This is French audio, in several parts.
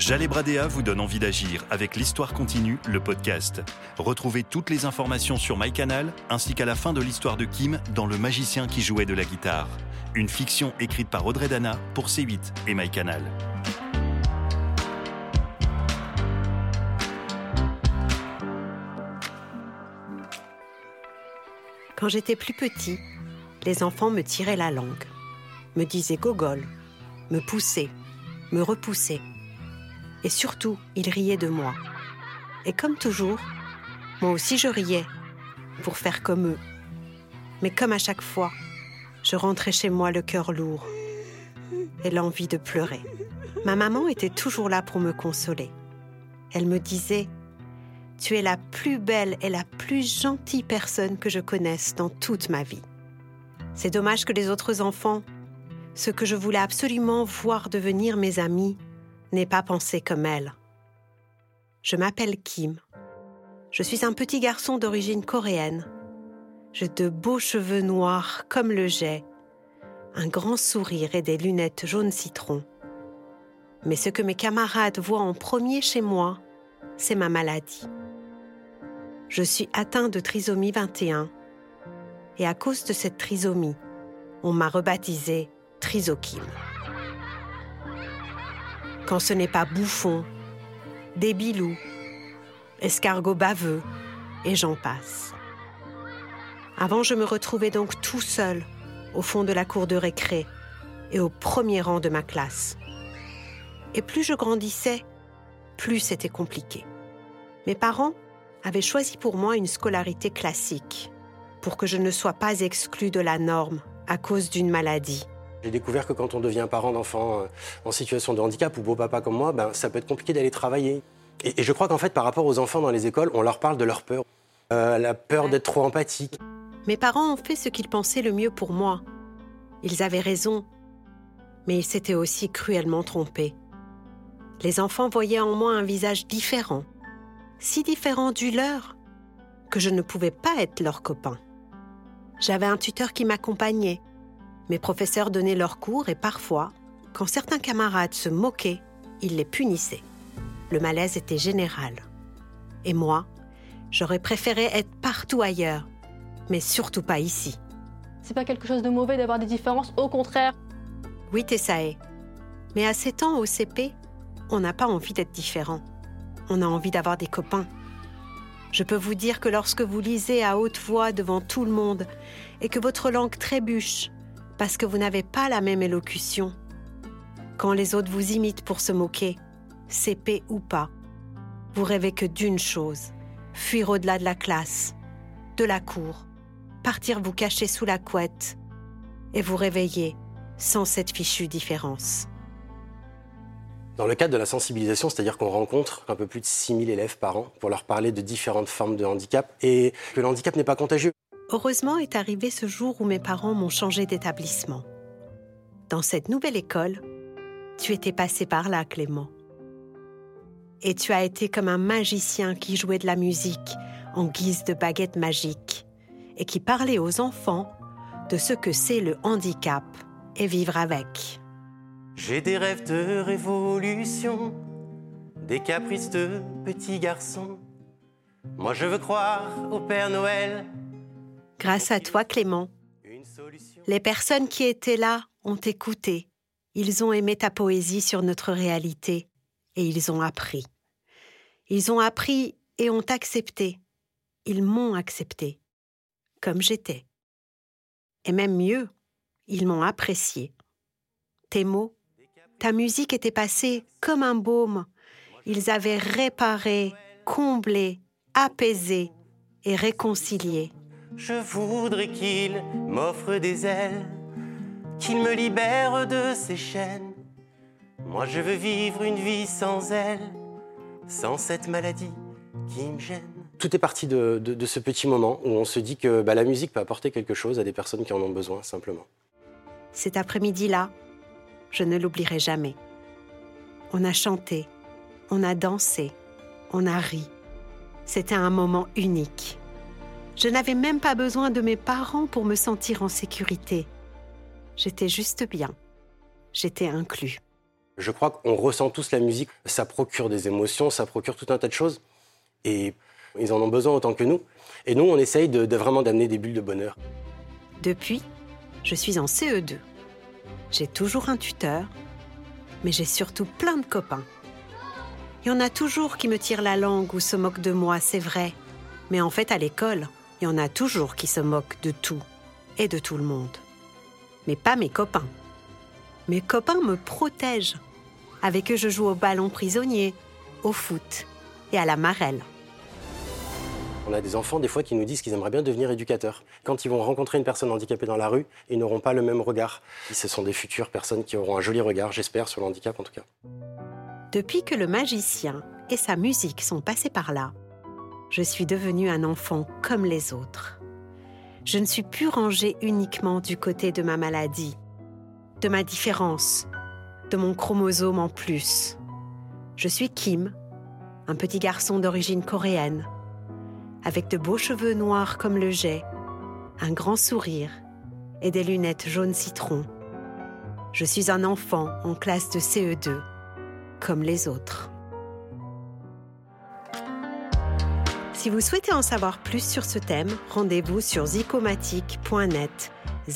Jalébradéa vous donne envie d'agir avec l'Histoire continue, le podcast. Retrouvez toutes les informations sur MyCanal, ainsi qu'à la fin de l'histoire de Kim dans Le magicien qui jouait de la guitare. Une fiction écrite par Audrey Dana pour C8 et MyCanal. Quand j'étais plus petit, les enfants me tiraient la langue, me disaient gogol, me poussaient, me repoussaient. Et surtout, ils riaient de moi. Et comme toujours, moi aussi je riais, pour faire comme eux. Mais comme à chaque fois, je rentrais chez moi le cœur lourd et l'envie de pleurer. Ma maman était toujours là pour me consoler. Elle me disait « Tu es la plus belle et la plus gentille personne que je connaisse dans toute ma vie. » C'est dommage que les autres enfants, ceux que je voulais absolument voir devenir mes amis, n'aient pas pensé comme elle. Je m'appelle Kim. Je suis un petit garçon d'origine coréenne. J'ai de beaux cheveux noirs comme le jais, un grand sourire et des lunettes jaune citron. Mais ce que mes camarades voient en premier chez moi, c'est ma maladie. Je suis atteint de trisomie 21 et à cause de cette trisomie, on m'a rebaptisée Trisokim. Quand ce n'est pas bouffon, débilou, escargot baveux, et j'en passe. Avant, je me retrouvais donc tout seul, au fond de la cour de récré et au premier rang de ma classe. Et plus je grandissais, plus c'était compliqué. Mes parents avaient choisi pour moi une scolarité classique, pour que je ne sois pas exclue de la norme à cause d'une maladie. J'ai découvert que quand on devient parent d'enfants en situation de handicap ou beau-papa comme moi, ça peut être compliqué d'aller travailler. Et je crois qu'en fait, par rapport aux enfants dans les écoles, on leur parle de leur peur. La peur d'être trop empathique. Mes parents ont fait ce qu'ils pensaient le mieux pour moi. Ils avaient raison, mais ils s'étaient aussi cruellement trompés. Les enfants voyaient en moi un visage différent, si différent du leur, que je ne pouvais pas être leur copain. J'avais un tuteur qui m'accompagnait. Mes professeurs donnaient leurs cours et parfois, quand certains camarades se moquaient, ils les punissaient. Le malaise était général. Et moi, j'aurais préféré être partout ailleurs, mais surtout pas ici. C'est pas quelque chose de mauvais d'avoir des différences, au contraire. Oui, Tessae. Mais à 7 ans au CP, on n'a pas envie d'être différent. On a envie d'avoir des copains. Je peux vous dire que lorsque vous lisez à haute voix devant tout le monde et que votre langue trébuche parce que vous n'avez pas la même élocution, quand les autres vous imitent pour se moquer, CP ou pas, vous rêvez que d'une chose, fuir au-delà de la classe, de la cour, partir vous cacher sous la couette et vous réveiller sans cette fichue différence. Dans le cadre de la sensibilisation, c'est-à-dire qu'on rencontre un peu plus de 6000 élèves par an pour leur parler de différentes formes de handicap et que le handicap n'est pas contagieux. Heureusement est arrivé ce jour où mes parents m'ont changé d'établissement. Dans cette nouvelle école, tu étais passé par là, Clément. Et tu as été comme un magicien qui jouait de la musique en guise de baguette magique et qui parlait aux enfants de ce que c'est le handicap et vivre avec. J'ai des rêves de révolution, des caprices de petits garçons. Moi je veux croire au Père Noël. Grâce à toi, Clément, les personnes qui étaient là ont écouté. Ils ont aimé ta poésie sur notre réalité et ils ont appris. Ils ont appris et ont accepté. Ils m'ont accepté, comme j'étais. Et même mieux, ils m'ont apprécié. Tes mots, ta musique était passée comme un baume. Ils avaient réparé, comblé, apaisé et réconcilié. Je voudrais qu'il m'offre des ailes, qu'il me libère de ses chaînes. Moi je veux vivre une vie sans elle, sans cette maladie qui me gêne. Tout est parti de ce petit moment où on se dit que la musique peut apporter quelque chose à des personnes qui en ont besoin, simplement. Cet après-midi-là, je ne l'oublierai jamais. On a chanté, on a dansé, on a ri. C'était un moment unique. Je n'avais même pas besoin de mes parents pour me sentir en sécurité. J'étais juste bien. J'étais inclus. Je crois qu'on ressent tous la musique, ça procure des émotions, ça procure tout un tas de choses. Et ils en ont besoin autant que nous. Et nous, on essaye de vraiment d'amener des bulles de bonheur. Depuis, je suis en CE2. J'ai toujours un tuteur, mais j'ai surtout plein de copains. Il y en a toujours qui me tirent la langue ou se moquent de moi, c'est vrai. Mais en fait, à l'école, il y en a toujours qui se moquent de tout et de tout le monde. Mais pas mes copains. Mes copains me protègent. Avec eux, je joue au ballon prisonnier, au foot et à la marelle. On a des enfants, des fois, qui nous disent qu'ils aimeraient bien devenir éducateurs. Quand ils vont rencontrer une personne handicapée dans la rue, ils n'auront pas le même regard. Ce sont des futures personnes qui auront un joli regard, j'espère, sur le handicap en tout cas. Depuis que le magicien et sa musique sont passés par là, je suis devenue un enfant comme les autres. Je ne suis plus rangée uniquement du côté de ma maladie, de ma différence, de mon chromosome en plus. Je suis Kim, un petit garçon d'origine coréenne, avec de beaux cheveux noirs comme le jais, un grand sourire et des lunettes jaune citron. Je suis un enfant en classe de CE2, comme les autres. Si vous souhaitez en savoir plus sur ce thème, rendez-vous sur zicomatic.net,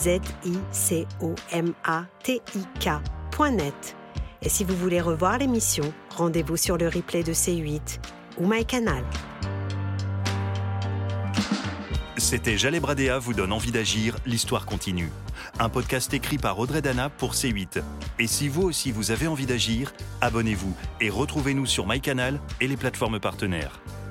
zicomatic.net. Et si vous voulez revoir l'émission, rendez-vous sur le replay de C8 ou MyCanal. C'était Jaleb Radéa vous donne envie d'agir, l'histoire continue. Un podcast écrit par Audrey Dana pour C8. Et si vous aussi vous avez envie d'agir, abonnez-vous et retrouvez-nous sur MyCanal et les plateformes partenaires.